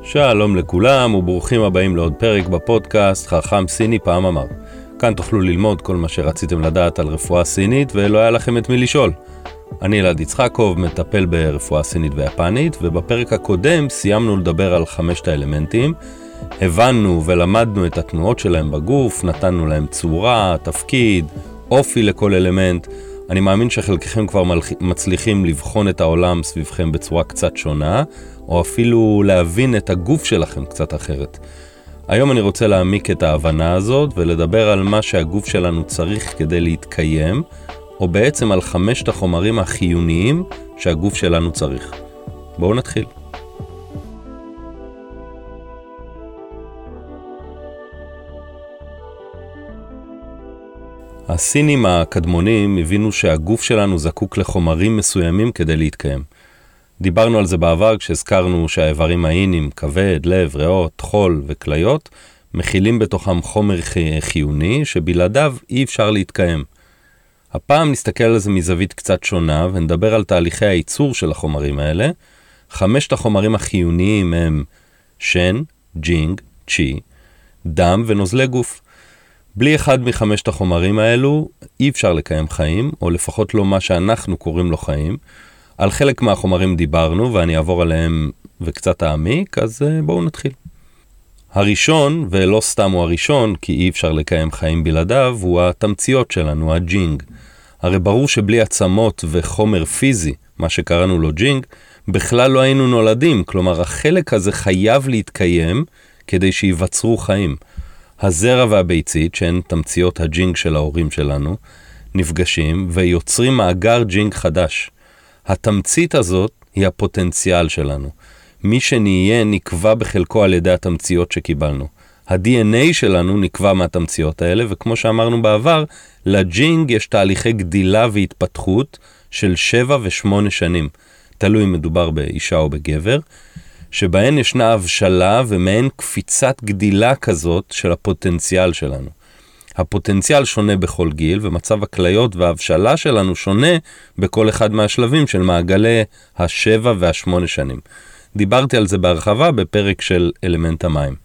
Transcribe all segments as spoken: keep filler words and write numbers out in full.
שלום לכולם וברוכים הבאים לעוד פרק בפודקאסט חכם סיני פעם אמר. כאן תוכלו ללמוד כל מה שרציתם לדעת על רפואה סינית ולא היה לכם את מי לשאול. אני אלעד יצחקוב, מטפל ברפואה סינית ויפנית, ובפרק הקודם סיימנו לדבר על חמשת האלמנטים. הבנו ולמדנו את התנועות שלהם בגוף, נתנו להם צורה, תפקיד, אופי לכל אלמנט. אני מאמין שחלקכם כבר מצליחים לבחון את העולם סביבכם בצורה קצת שונה, או אפילו להבין את הגוף שלכם קצת אחרת. היום אני רוצה להעמיק את ההבנה הזאת ולדבר על מה שהגוף שלנו צריך כדי להתקיים, או בעצם על חמשת החומרים החיוניים שהגוף שלנו צריך. בואו נתחיל. הסינים הקדמונים הבינו שהגוף שלנו זקוק לחומרים מסוימים כדי להתקיים. דיברנו על זה בעבר כשהזכרנו שהאיברים האיניים, כבד, לב, ריאות, חול וכליות, מכילים בתוכם חומר חיוני שבלעדיו אי אפשר להתקיים. הפעם נסתכל על זה מזווית קצת שונה ונדבר על תהליכי הייצור של החומרים האלה. חמשת החומרים החיוניים הם שן, ג'ינג, צ'י, דם ונוזלי גוף. בלי אחד מחמשת החומרים האלו אי אפשר לקיים חיים, או לפחות לא מה שאנחנו קוראים לו חיים. על חלק מהחומרים דיברנו ואני אעבור עליהם וקצת העמיק, אז בואו נתחיל. הראשון, ולא סתם הוא הראשון, כי אי אפשר לקיים חיים בלעדיו, הוא התמציות שלנו, הג'ינג. הרי ברור שבלי עצמות וחומר פיזי, מה שקראנו לו ג'ינג, בכלל לא היינו נולדים, כלומר החלק הזה חייב להתקיים כדי שיווצרו חיים. הזרע והביצית, שהן תמציות הג'ינג של ההורים שלנו, נפגשים ויוצרים מאגר ג'ינג חדש. התמצית הזאת היא הפוטנציאל שלנו. מי שנהיה נקבע בחלקו על ידי התמציות שקיבלנו. ה-די אן איי שלנו נקבע מהתמציות האלה, וכמו שאמרנו בעבר, לג'ינג יש תהליכי גדילה והתפתחות של שבע ושמונה שנים. תלוי אם מדובר באישה או בגבר, שבהן ישנה הבשלה ומעין קפיצת גדילה כזאת של הפוטנציאל שלנו. הפוטנציאל שונה בכל גיל, ומצב הכליות וההבשלה שלנו שונה בכל אחד מהשלבים של מעגלי השבע והשמונה שנים. דיברתי על זה בהרחבה בפרק של אלמנט המים.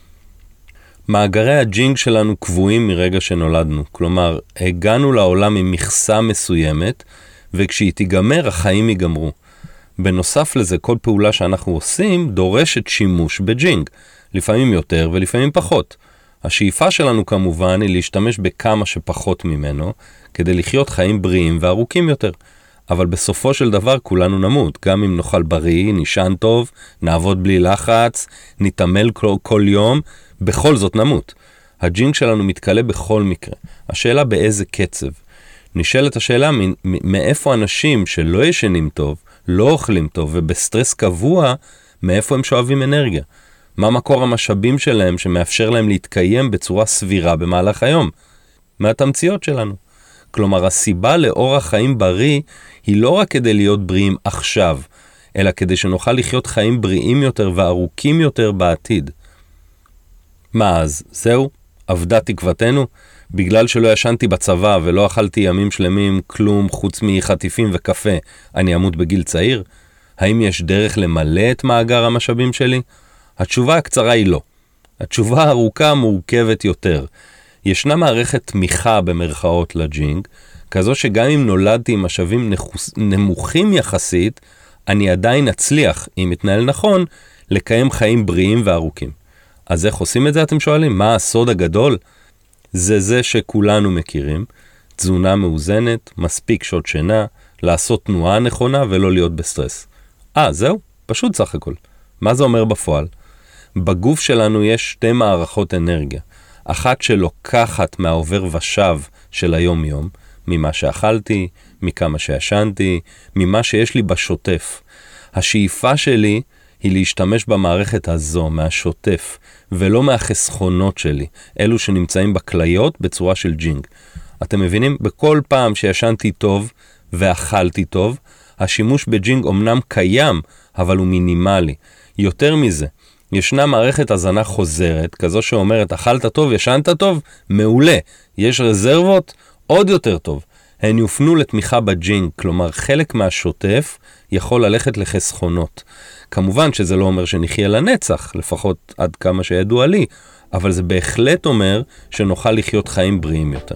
מאגרי הג'ינג שלנו קבועים מרגע שנולדנו, כלומר, הגענו לעולם עם מכסה מסוימת, וכשהיא תיגמר, החיים ייגמרו. בנוסף לזה, כל פעולה שאנחנו עושים דורשת שימוש בג'ינג, לפעמים יותר ולפעמים פחות. השאיפה שלנו כמובן היא להשתמש בכמה שפחות ממנו, כדי לחיות חיים בריאים וארוכים יותר. אבל בסופו של דבר כולנו נמות, גם אם נאכל בריא, נשען טוב, נעבוד בלי לחץ, נתעמל כל, כל יום, בכל זאת נמות. הג'ינג שלנו מתקלה בכל מקרה. השאלה באיזה קצב. נשאלת השאלה מאיפה אנשים שלא ישנים טוב, לא אוכלים טוב ובסטרס קבוע, מאיפה הם שואבים אנרגיה? מה מקור המשאבים שלהם שמאפשר להם להתקיים בצורה סבירה במהלך היום? מהתמציות שלנו. כלומר, הסיבה לאורח חיים בריא היא לא רק כדי להיות בריאים עכשיו, אלא כדי שנוכל לחיות חיים בריאים יותר וארוכים יותר בעתיד. מה אז? זהו? עבדה תקוותנו? בגלל שלא ישנתי בצבא ולא אכלתי ימים שלמים כלום חוץ מחטיפים וקפה, אני אמות בגיל צעיר? האם יש דרך למלא את מאגר המשאבים שלי? התשובה הקצרה היא לא. התשובה הארוכה מורכבת יותר. ישנה מערכת תמיכה במרכאות לג'ינג, כזו שגם אם נולדתי עם משאבים נחוס... נמוכים יחסית, אני עדיין אצליח, אם מתנהל נכון, לקיים חיים בריאים וארוכים. אז איך עושים את זה, אתם שואלים? מה הסוד הגדול? זה זה שכולנו מכירים, תזונה מאוזנת, מספיק שעות שינה, לעשות תנועה נכונה ולא להיות בסטרס. אה, זהו? פשוט סך הכל. מה זה אומר בפועל? בגוף שלנו יש שתי מערכות אנרגיה. אחת שלוקחת מהעובר ושב של היום יום, ממה שאכלתי, מכמה שישנתי, ממה שיש לי בשוטף. השאיפה שלי היא להשתמש במערכת הזו, מהשוטף, ולא מהחסכונות שלי, אלו שנמצאים בכליות בצורה של ג'ינג. אתם מבינים? בכל פעם שישנתי טוב ואכלתי טוב, השימוש בג'ינג אומנם קיים, אבל הוא מינימלי. יותר מזה, ישנה מערכת הזנה חוזרת, כזו שאומרת, אכלת טוב, ישנת טוב, מעולה. יש רזרבות, עוד יותר טוב. הן יופנו לתמיכה בג'ינג, כלומר חלק מהשוטף יכול ללכת לחסכונות. כמובן שזה לא אומר שנחיה לנצח, לפחות עד כמה שידוע לי, אבל זה בהחלט אומר שנוכל לחיות חיים בריאים יותר.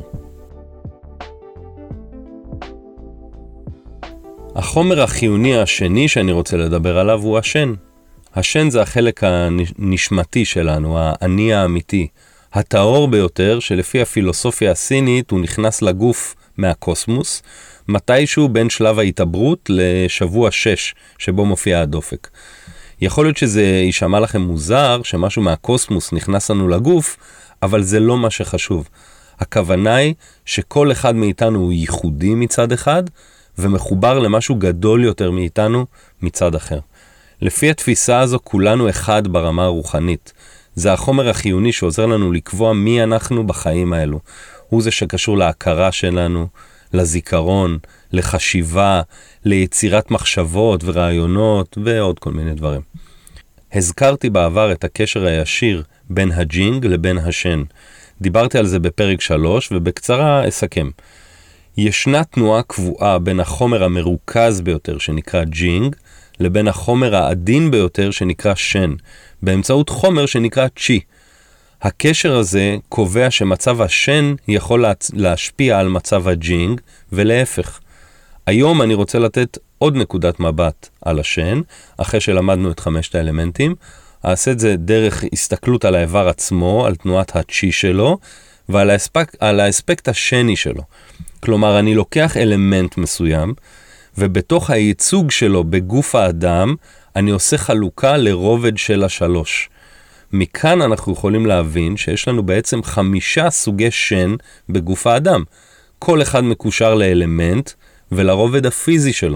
החומר החיוני השני שאני רוצה לדבר עליו הוא השן. השן זה החלק הנשמתי שלנו, האני האמיתי, הטהור ביותר, שלפי הפילוסופיה הסינית הוא נכנס לגוף מהקוסמוס, מתישהו בין שלב ההתעברות לשבוע שש, שבו מופיע הדופק. יכול להיות שזה יישמע לכם מוזר, שמשהו מהקוסמוס נכנס לנו לגוף, אבל זה לא מה שחשוב. הכוונה היא שכל אחד מאיתנו הוא ייחודי מצד אחד, ומחובר למשהו גדול יותר מאיתנו מצד אחר. לפי התפיסה הזו, כולנו אחד ברמה הרוחנית. זה החומר החיוני שעוזר לנו לקבוע מי אנחנו בחיים האלו. הוא זה שקשור להכרה שלנו, לזיכרון, לחשיבה, ליצירת מחשבות ורעיונות ועוד כל מיני דברים. הזכרתי בעבר את הקשר הישיר בין הג'ינג לבין השן. דיברתי על זה בפרק שלוש ובקצרה אסכם. ישנה תנועה קבועה בין החומר המרוכז ביותר שנקרא ג'ינג לבין החומר העדין ביותר שנקרא שן, באמצעות חומר שנקרא צ'י. הקשר הזה קובע שמצב השן יכול להשפיע על מצב הג'ינג ולהפך. היום אני רוצה לתת עוד נקודת מבט על השן, אחרי שלמדנו את חמשת האלמנטים. אעשה את זה דרך הסתכלות על האיבר עצמו, על תנועת הצ'י שלו, ועל האספקט, על האספקט השני שלו. כלומר, אני לוקח אלמנט מסוים, ובתוך הייצוג שלו בגוף האדם, אני עושה חלוקה לרובד של השלוש. מכאן אנחנו יכולים להבין שיש לנו בעצם חמישה סוגי שן בגוף האדם. כל אחד מקושר לאלמנט ולרובד הפיזי שלו.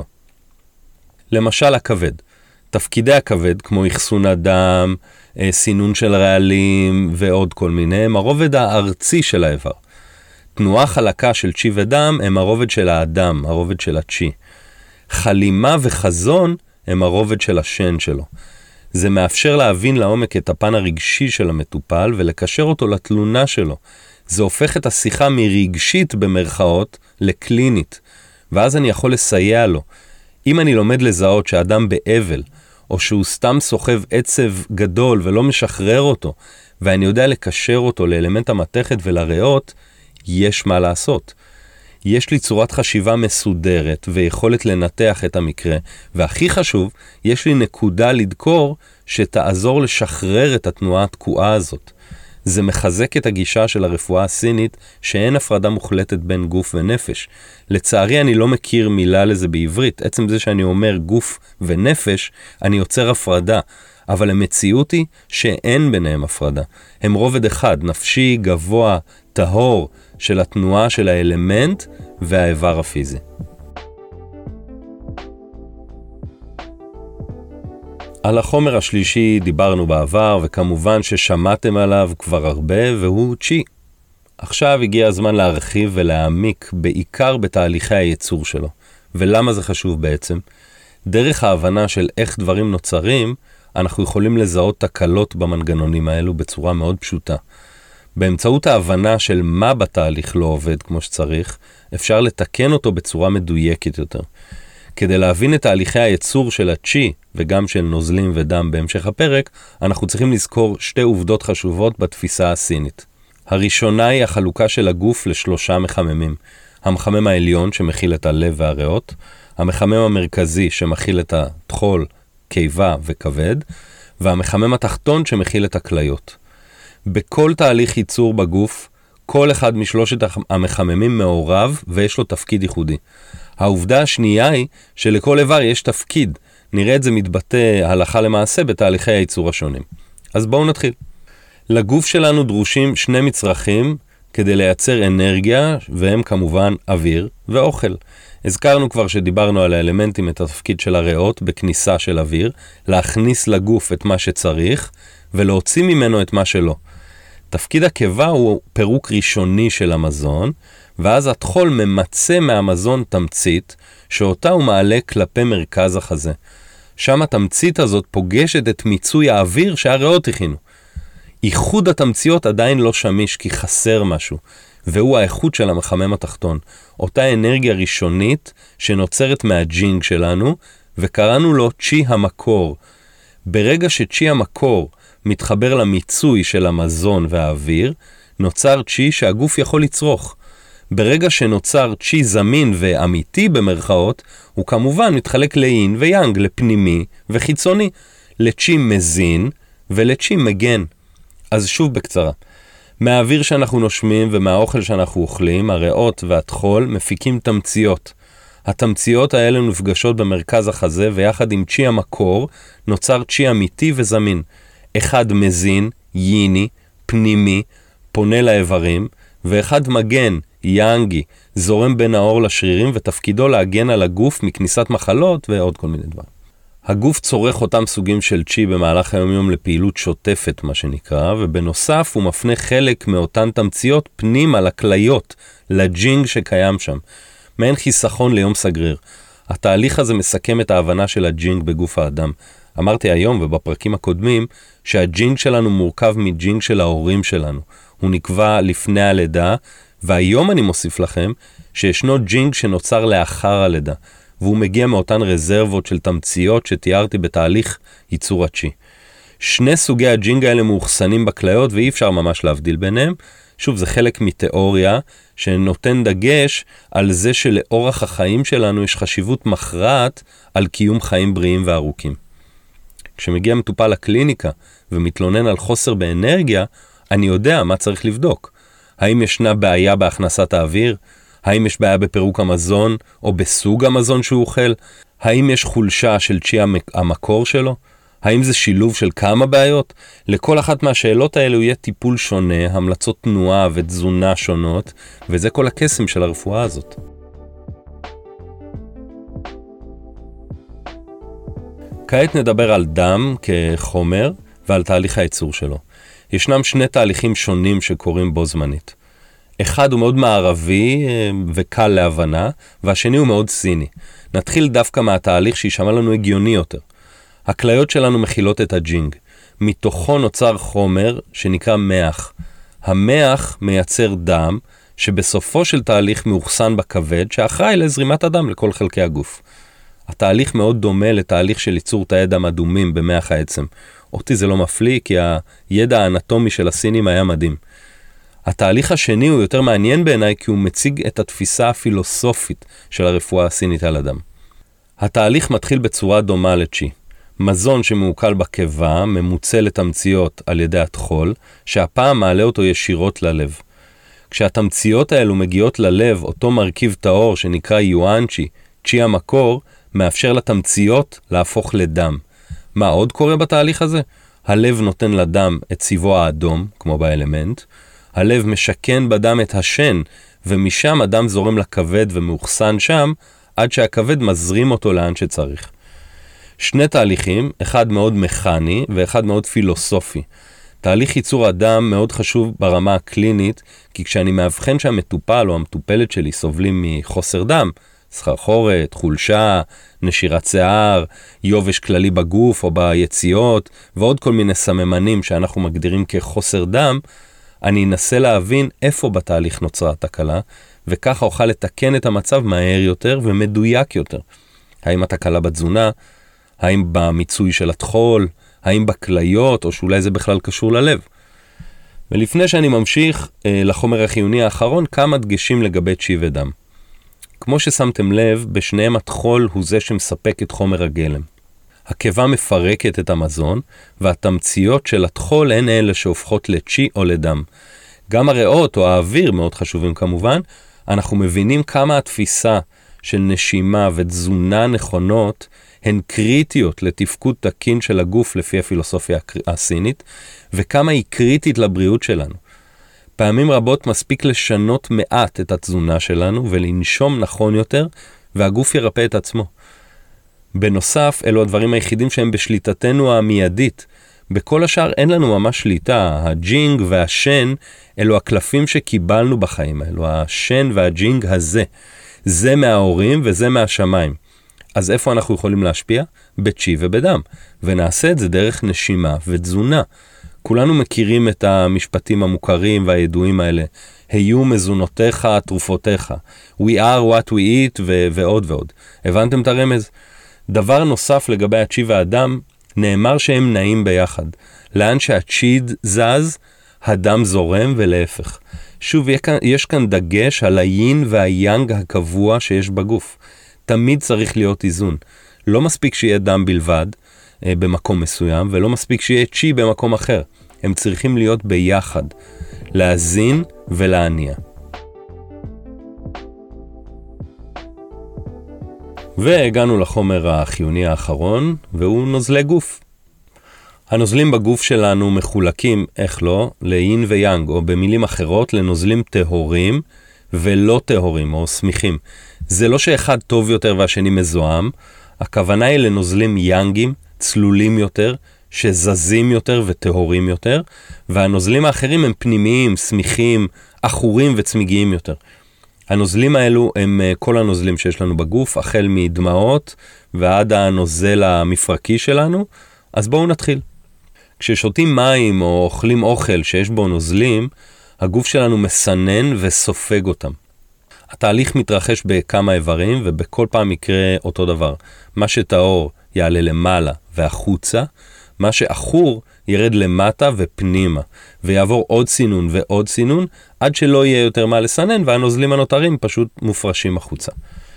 למשל הכבד. תפקידי הכבד, כמו אחסון הדם, סינון של רעלים ועוד כל מיני, הם הרובד הארצי של האיבר. תנועה חלקה של צ'י ודם הם הרובד של האדם, הרובד של הצ'י. חלימה וחזון הם הרובד של השן שלו. זה מאפשר להבין לעומק את הפן הרגשי של המטופל ולקשר אותו לתלונה שלו. זה הופך את השיחה מרגשית במרכאות לקלינית, ואז אני יכול לסייע לו. אם אני לומד לזהות שאדם באבל, או שהוא סתם סוחב עצב גדול ולא משחרר אותו, ואני יודע לקשר אותו לאלמנט המתכת ולריאות, יש מה לעשות. יש לי צורת חשיבה מסודרת ויכולת לנתח את המקרה, והכי חשוב, יש לי נקודה לדקור שתעזור לשחרר את התנועה התקועה הזאת. זה מחזק את הגישה של הרפואה הסינית שאין הפרדה מוחלטת בין גוף ונפש. לצערי אני לא מכיר מילה לזה בעברית. עצם זה שאני אומר גוף ונפש, אני יוצר הפרדה. אבל המציאות היא שאין ביניהם הפרדה. הם רובד אחד, נפשי, גבוה, טהור, של התנועה של האלמנט והאיבר הפיזי. על החומר השלישי דיברנו בעבר, וכמובן ששמעתם עליו כבר הרבה, והוא צ'י. עכשיו הגיע הזמן להרחיב ולהעמיק בעיקר בתהליכי הייצור שלו. ולמה זה חשוב בעצם? דרך ההבנה של איך דברים נוצרים, אנחנו יכולים לזהות תקלות במנגנונים האלו בצורה מאוד פשוטה. באמצעות ההבנה של מה בתהליך לא עובד כמו שצריך, אפשר לתקן אותו בצורה מדויקת יותר. כדי להבין את תהליכי הייצור של הצ'י וגם של נוזלים ודם בהמשך הפרק, אנחנו צריכים לזכור שתי עובדות חשובות בתפיסה הסינית. הראשונה היא החלוקה של הגוף לשלושה מחממים. המחמם העליון שמכיל את הלב והריאות, המחמם המרכזי שמכיל את הטחול, קיבה וכבד, והמחמם התחתון שמכיל את הכליות. בכל תהליך ייצור בגוף, כל אחד משלושת המחממים מעורב ויש לו תפקיד ייחודי. העובדה השנייה היא שלכל איבר יש תפקיד. נראה את זה מתבטא הלכה למעשה בתהליכי הייצור השונים. אז בואו נתחיל. לגוף שלנו דרושים שני מצרכים כדי לייצר אנרגיה, והם כמובן אוויר ואוכל. הזכרנו כבר שדיברנו על האלמנטים את התפקיד של הריאות בכניסה של אוויר, להכניס לגוף את מה שצריך ולהוציא ממנו את מה שלא. תפקיד הקיבה הוא פירוק ראשוני של המזון, ואז הטחול ממצא מהמזון תמצית, שאותה הוא מעלה כלפי מרכז החזה. שם התמצית הזאת פוגשת את מיצוי האוויר שהריאות הכינו. איחוד התמציות עדיין לא שמיש כי חסר משהו, והוא האיכות של המחמם התחתון, אותה אנרגיה ראשונית שנוצרת מהג'ינג שלנו, וקראנו לו צ'י המקור. ברגע שצ'י המקור מתחבר למיצוי של המזון והאוויר, נוצר צ'י שהגוף יכול לצרוך. ברגע שנוצר צ'י זמין ואמיתי במרכאות, הוא כמובן מתחלק לאין ויאנג, לפנימי וחיצוני, לצ'י מזין ולצ'י מגן. אז שוב בקצרה, מהאוויר שאנחנו נושמים ומהאוכל שאנחנו אוכלים, הריאות והטחול מפיקים תמציות. התמציות האלה נפגשות במרכז החזה, ויחד עם צ'י המקור נוצר צ'י אמיתי וזמין. אחד מזין, ייני, פנימי, פונה לאיברים, ואחד מגן, יאנגי, זורם בין האור לשרירים, ותפקידו להגן על הגוף מכניסת מחלות ועוד כל מיני דברים. הגוף צורך אותם סוגים של צ'י במהלך היום-יום לפעילות שוטפת, מה שנקרא, ובנוסף הוא מפנה חלק מאותן תמציות פנימה לכליות, לג'ינג שקיים שם. מעין חיסכון ליום סגריר. התהליך הזה מסכם את ההבנה של הג'ינג בגוף האדם. אמרתי היום ובפרקים הקודמים שהג'ינג שלנו מורכב מג'ינג של ההורים שלנו. הוא נקבע לפני הלידה, והיום אני מוסיף לכם שישנו ג'ינג שנוצר לאחר הלידה, והוא מגיע מאותן רזרבות של תמציות שתיארתי בתהליך ייצור הצ'י. שני סוגי הג'ינג האלה מאוחסנים בכליות ואי אפשר ממש להבדיל ביניהם. שוב, זה חלק מתיאוריה שנותן דגש על זה שלאורח החיים שלנו יש חשיבות מכרעת על קיום חיים בריאים וארוכים. כשמגיע מטופל לקליניקה ומתלונן על חוסר באנרגיה, אני יודע מה צריך לבדוק. האם ישנה בעיה בהכנסת האוויר? האם יש בעיה בפירוק המזון או בסוג המזון שהוא אוכל? האם יש חולשה של צ'י המקור שלו? האם זה שילוב של כמה בעיות? לכל אחת מהשאלות האלו יהיה טיפול שונה, המלצות תנועה ותזונה שונות, וזה כל הקסם של הרפואה הזאת. כעת נדבר על דם כחומר ועל תהליך הייצור שלו. ישנם שני תהליכים שונים שקורים בו זמנית. אחד הוא מאוד מערבי וקל להבנה, והשני הוא מאוד סיני. נתחיל דווקא מהתהליך שישמע לנו הגיוני יותר. הכליות שלנו מכילות את הג'ינג. מתוכו נוצר חומר שנקרא מח. המח מייצר דם, שבסופו של תהליך מאוחסן בכבד, שאחראי לזרימת הדם לכל חלקי הגוף. התהליך מאוד דומה לתהליך של ייצור תאי דם אדומים במח העצם. אותי זה לא מפליא, כי הידע האנטומי של הסינים היה מדהים. התהליך השני הוא יותר מעניין בעיניי, כי הוא מציג את התפיסה הפילוסופית של הרפואה הסינית על הדם. התהליך מתחיל בצורה דומה לצ'י. מזון שמעוקל בקיבה ממוצא לתמציות על ידי הטחול, שהפעם מעלה אותו ישירות ללב. כשהתמציות האלו מגיעות ללב, אותו מרכיב טהור שנקרא יואנצ'י, צ'י המקור, מאפשר לתמציות להפוך לדם. מה עוד קורה בתהליך הזה? הלב נותן לדם את צבעו האדום, כמו באלמנט. הלב משכן בדם את השן, ומשם הדם זורם לכבד ומאוחסן שם, עד שהכבד מזרים אותו לאן שצריך. שני תהליכים, אחד מאוד מכני ואחד מאוד פילוסופי. תהליך ייצור הדם מאוד חשוב ברמה הקלינית, כי כשאני מאבחן שהמטופל או המטופלת שלי סובלים מחוסר דם, סחרחורת, חולשה, נשירת שיער, יובש כללי בגוף או ביציאות, ועוד כל מיני סממנים שאנחנו מגדירים כחוסר דם, אני אנסה להבין איפה בתהליך נוצרה התקלה, וככה אוכל לתקן את המצב מהר יותר ומדויק יותר. האם התקלה בתזונה? האם במיצוי של הטחול? האם בכליות? או שאולי זה בכלל קשור ללב? ולפני שאני ממשיך אה, לחומר החיוני האחרון, כמה דגשים לגבי צ'י ודם. כמו ששמתם לב, בשניהם הטחול הוא זה שמספק את חומר הגלם. הקיבה מפרקת את המזון, והתמציות של הטחול הן אלה שהופכות לצ'י או לדם. גם הריאות או האוויר מאוד חשובים כמובן. אנחנו מבינים כמה התפיסה של נשימה ותזונה נכונות הן קריטיות לתפקוד תקין של הגוף לפי הפילוסופיה הסינית, וכמה היא קריטית לבריאות שלנו. פעמים רבות מספיק לשנות מעט את התזונה שלנו ולנשום נכון יותר, והגוף ירפא את עצמו. בנוסף, אלו הדברים היחידים שהם בשליטתנו המיידית. בכל השאר אין לנו ממש שליטה. הג'ינג והשן אלו הקלפים שקיבלנו בחיים האלו. השן והג'ינג הזה. זה מההורים וזה מהשמיים. אז איפה אנחנו יכולים להשפיע? בצ'י ובדם. ונעשה את זה דרך נשימה ותזונה. כולנו מכירים את המשפטים המוכרים והידועים האלה. היו מזונותיך, תרופותיך. We are what we eat ו- ועוד ועוד. הבנתם את הרמז? דבר נוסף לגבי הצ'י והדם, נאמר שהם נעים ביחד. לאן שהצ'י זז, הדם זורם ולהפך. שוב, יש כאן דגש על היין והיאנג הקבוע שיש בגוף. תמיד צריך להיות איזון. לא מספיק שיהיה דם בלבד אה, במקום מסוים, ולא מספיק שיהיה צ'י במקום אחר. הם צריכים להיות ביחד, להזין ולהניע. והגענו לחומר החיוני האחרון, והוא נוזלי גוף. הנוזלים בגוף שלנו מחולקים, איך לא, ליין ויאנג, או במילים אחרות, לנוזלים טהורים ולא טהורים, או סמיכים. זה לא שאחד טוב יותר והשני מזוהם, הכוונה היא לנוזלים יאנגים, צלולים יותר, שזזים יותר וטהורים יותר, והנוזלים האחרים הם פנימיים, סמיכים, אחורים וצמיגיים יותר. הנוזלים האלו הם כל הנוזלים שיש לנו בגוף, החל מדמעות ועד הנוזל המפרקי שלנו, אז בואו נתחיל. כששותים מים או אוכלים אוכל שיש בו נוזלים, הגוף שלנו מסנן וסופג אותם. התהליך מתרחש בכמה איברים ובכל פעם יקרה אותו דבר. מה שטהור יעלה למעלה והחוצה, מה שאחור ירד למטה ופנימה, ויעבור עוד סינון ועוד סינון, עד שלא יהיה יותר מה לסנן, והנוזלים הנותרים פשוט מופרשים החוצה.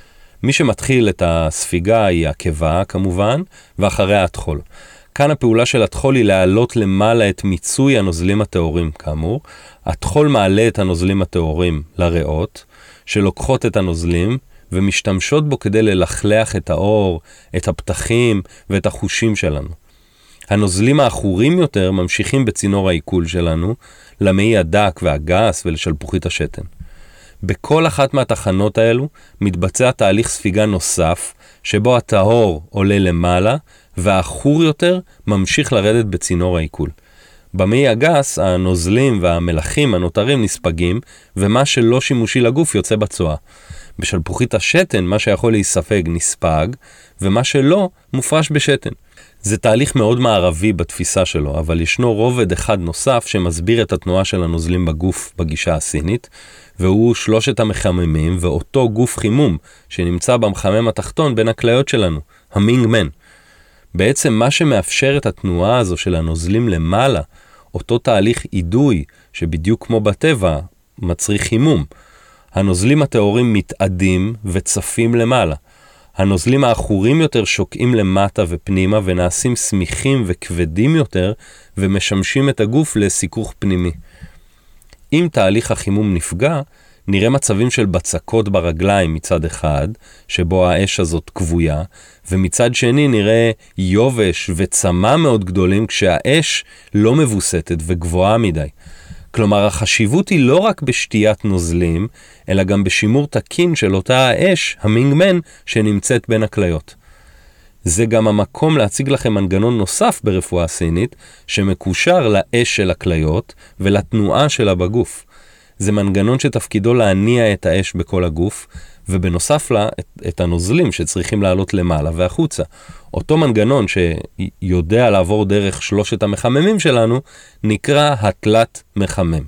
מי שמתחיל את הספיגה היא הקיבה כמובן, ואחריה התחול. כאן הפעולה של התחול היא להעלות למעלה את מיצוי הנוזלים הטהורים כאמור. התחול מעלה את הנוזלים הטהורים לריאות, שלוקחות את הנוזלים ומשתמשות בו כדי ללכלח את האור, את הפתחים ואת החושים שלנו. הנוזלים האחורים יותר ממשיכים בצינור העיכול שלנו, למעי הדק והגס ולשלפוחית השתן. בכל אחת מהתחנות האלו מתבצע תהליך ספיגה נוסף, שבו הטהור עולה למעלה, והאחור יותר ממשיך לרדת בצינור העיכול. במעי הגס, הנוזלים והמלחים הנותרים נספגים, ומה שלא שימושי לגוף יוצא בצואה. בשלפוחית השתן, מה שיכול להיספג נספג, ומה שלא מופרש בשתן. זה תהליך מאוד מערבי בתפיסה שלו, אבל ישנו רובד אחד נוסף שמסביר את התנועה של הנוזלים בגוף בגישה הסינית, והוא שלושת המחממים ואותו גוף חימום שנמצא במחמם התחתון בין הכליות שלנו, המינג מן. בעצם מה שמאפשר את התנועה הזו של הנוזלים למעלה, אותו תהליך עידוי שבדיוק כמו בטבע מצריך חימום. הנוזלים הטהורים מתאדים וצפים למעלה. הנוזלים האחורים יותר שוקעים למטה ופנימה ונעשים סמיכים וכבדים יותר ומשמשים את הגוף לסיכוך פנימי. אם תהליך החימום נפגע, נראה מצבים של בצקות ברגליים מצד אחד, שבו האש הזאת כבויה, ומצד שני נראה יובש וצמא מאוד גדולים כשהאש לא מבוסתת וגבוהה מדי. כלומר, החשיבות היא לא רק בשתיית נוזלים, אלא גם בשימור תקין של אותה האש, המינגמן, שנמצאת בין הכליות. זה גם המקום להציג לכם מנגנון נוסף ברפואה סינית, שמקושר לאש של הכליות ולתנועה שלה בגוף. זה מנגנון שתפקידו להניע את האש בכל הגוף, ובנוסף לה את, את הנוזלים שצריכים לעלות למעלה והחוצה. אותו מנגנון שיודע לעבור דרך שלושת המחממים שלנו, נקרא התלת מחמם.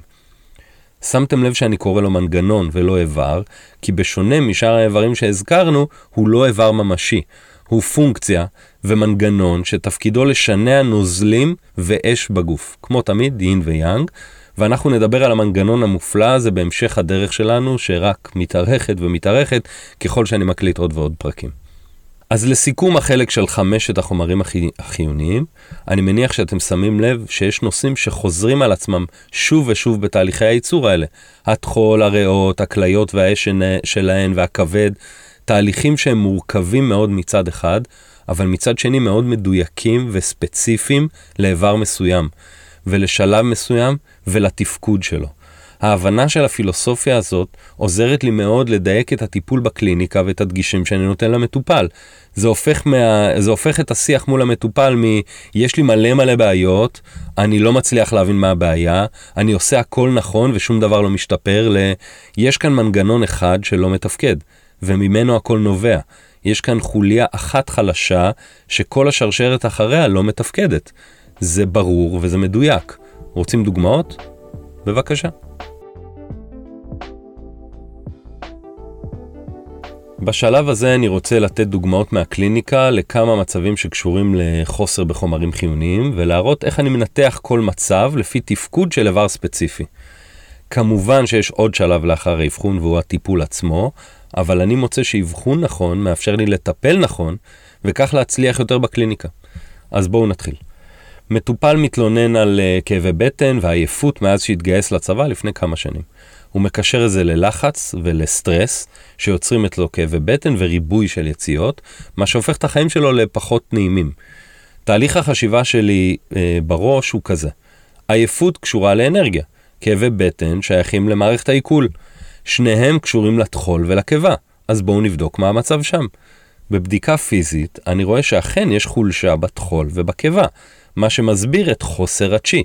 שמתם לב שאני קורא לו מנגנון ולא איבר, כי בשונה משאר האיברים שהזכרנו, הוא לא איבר ממשי. הוא פונקציה ומנגנון שתפקידו לשנע נוזלים ואש בגוף. כמו תמיד, יין ויאנג, ואנחנו נדבר על המנגנון המופלא הזה בהמשך הדרך שלנו, שרק מתארכת ומתארכת ככל שאני מקליט עוד ועוד פרקים. אז לסיכום החלק של חמשת החומרים החי... החיוניים, אני מניח שאתם שמים לב שיש נושאים שחוזרים על עצמם שוב ושוב בתהליכי הייצור האלה. התחול, הריאות, הכליות והאש שלהן והכבד, תהליכים שהם מורכבים מאוד מצד אחד, אבל מצד שני מאוד מדויקים וספציפיים לאיבר מסוים, ולשלב מסוים ולתפקוד שלו. ההבנה של הפילוסופיה הזאת עוזרת לי מאוד לדייק את הטיפול בקליניקה ואת הדגישים שאני נותן למטופל. זה הופך, מה... זה הופך את השיח מול המטופל מ... יש לי מלא מלא בעיות, אני לא מצליח להבין מה הבעיה, אני עושה הכל נכון ושום דבר לא משתפר, ל... יש כאן מנגנון אחד שלא מתפקד, וממנו הכל נובע. יש כאן חוליה אחת חלשה שכל השרשרת אחריה לא מתפקדת. זה ברור וזה מדויק. רוצים דוגמאות? בבקשה. בשלב הזה אני רוצה לתת דוגמאות מהקליניקה לכמה מצבים שקשורים לחוסר בחומרים חיוניים, ולהראות איך אני מנתח כל מצב לפי תפקוד של איבר ספציפי. כמובן שיש עוד שלב לאחר האבחון והוא הטיפול עצמו, אבל אני מוצא שאבחון נכון מאפשר לי לטפל נכון, וכך להצליח יותר בקליניקה. אז בואו נתחיל. מטופל מתלונן על כאבי בטן ועייפות מאז שהתגייס לצבא לפני כמה שנים. הוא מקשר את זה ללחץ ולסטרס שיוצרים אצלו כאבי בטן וריבוי של יציאות, מה שהופך את החיים שלו לפחות נעימים. תהליך החשיבה שלי אה, בראש הוא כזה. עייפות קשורה לאנרגיה, כאבי בטן שייכים למערכת העיכול. שניהם קשורים לתחול ולקיבה, אז בואו נבדוק מה המצב שם. בבדיקה פיזית אני רואה שאכן יש חולשה בתחול ובקיבה, מה שמסביר את חוסר הצ'י.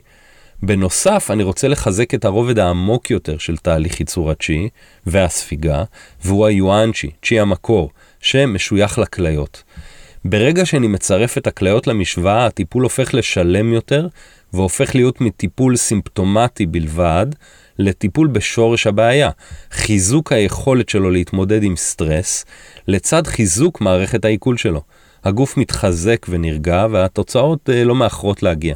בנוסף, אני רוצה לחזק את הרובד העמוק יותר של תהליך ייצור הצ'י והספיגה, והוא היואנצ'י, צ'י המקור, שמשוייך לכליות. ברגע שאני מצרף את הכליות למשוואה, הטיפול הופך לשלם יותר, והופך להיות מטיפול סימפטומטי בלבד, לטיפול בשורש הבעיה, חיזוק היכולת שלו להתמודד עם סטרס, לצד חיזוק מערכת העיכול שלו. הגוף מתחזק ונרגע, והתוצאות לא מאחרות להגיע.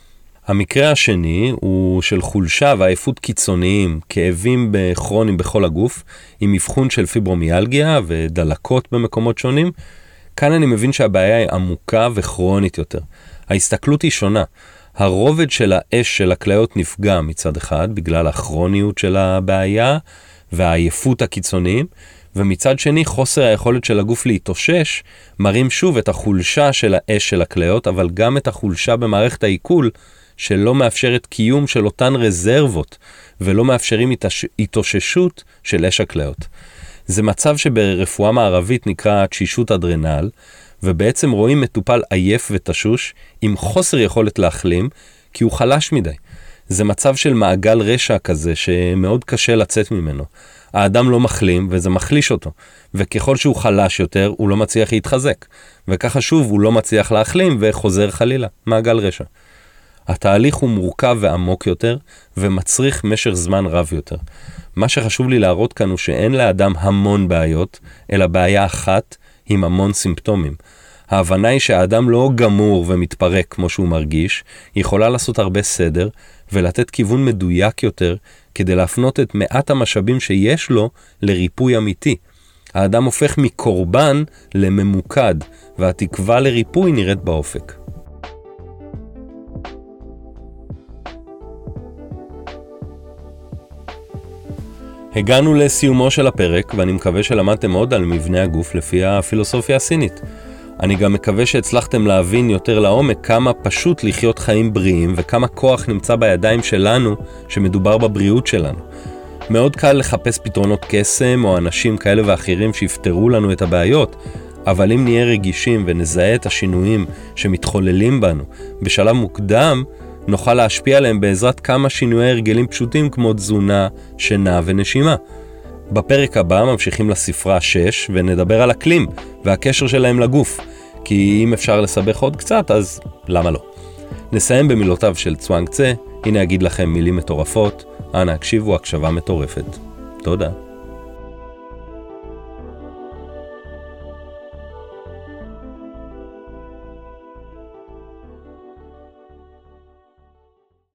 המקרה השני הוא של חולשה ועייפות קיצוניים, כאבים כרוניים בכל הגוף, עם אבחון של פיברומיאלגיה ודלקות במקומות שונים. כאן אני מבין שהבעיה היא עמוקה וכרונית יותר. ההסתכלות היא שונה. הרובד של האש של הכליות נפגע מצד אחד, בגלל הכרוניות של הבעיה והעייפות הקיצוניים, ומצד שני חוסר היכולת של הגוף להתאושש, מראים שוב את החולשה של האש של הכליות, אבל גם את החולשה במערכת העיכול, שלא מאפשרת קיום של אותן רזרבות, ולא מאפשרים התאוששות של אש הכליות. זה מצב שברפואה מערבית נקרא תשישות אדרנל, ובעצם רואים מטופל עייף ותשוש, עם חוסר יכולת להחלים, כי הוא חלש מדי. זה מצב של מעגל רשע כזה, שמאוד קשה לצאת ממנו. האדם לא מחלים, וזה מחליש אותו. וככל שהוא חלש יותר, הוא לא מצליח להתחזק. וככה שוב, הוא לא מצליח להחלים, וחוזר חלילה. מעגל רשע. התהליך הוא מורכב ועמוק יותר, ומצריך משך זמן רב יותר. מה שחשוב לי להראות כאן הוא שאין לאדם המון בעיות, אלא בעיה אחת עם המון סימפטומים. ההבנה היא שהאדם לא גמור ומתפרק כמו שהוא מרגיש, היא יכולה לעשות הרבה סדר, ולתת כיוון מדויק יותר, כדי להפנות את מעט המשאבים שיש לו לריפוי אמיתי. האדם הופך מקורבן לממוקד, והתקווה לריפוי נראית באופק. הגענו לסיומו של הפרק, ואני מקווה שלמדתם עוד על מבנה הגוף לפי הפילוסופיה הסינית. אני גם מקווה שהצלחתם להבין יותר לעומק כמה פשוט לחיות חיים בריאים, וכמה כוח נמצא בידיים שלנו שמדובר בבריאות שלנו. מאוד קל לחפש פתרונות קסם או אנשים כאלה ואחרים שיפתרו לנו את הבעיות, אבל אם נהיה רגישים ונזהה את השינויים שמתחוללים בנו בשלב מוקדם, נוכל להשפיע עליהם בעזרת כמה שינויי הרגלים פשוטים כמו תזונה, שינה ונשימה. בפרק הבא ממשיכים לספרה שש ונדבר על אקלים והקשר שלהם לגוף, כי אם אפשר לסבך עוד קצת אז למה לא. נסיים במילותיו של צואנג צה, הנה אגיד לכם מילים מטורפות, אנא הקשיבו הקשבה מטורפת. תודה.